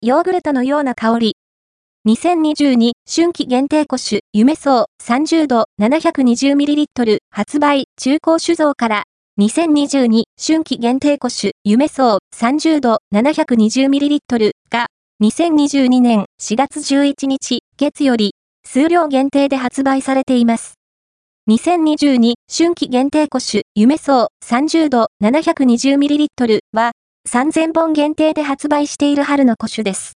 ヨーグルトのような香り。2022春季限定古酒、夢荘30度 720ml 発売中古酒造から、2022春季限定古酒、夢荘30度 720ml が、2022年4月11日月より、数量限定で発売されています。2022春季限定古酒、夢荘30度 720ml は、3000本限定で発売している春の古酒です。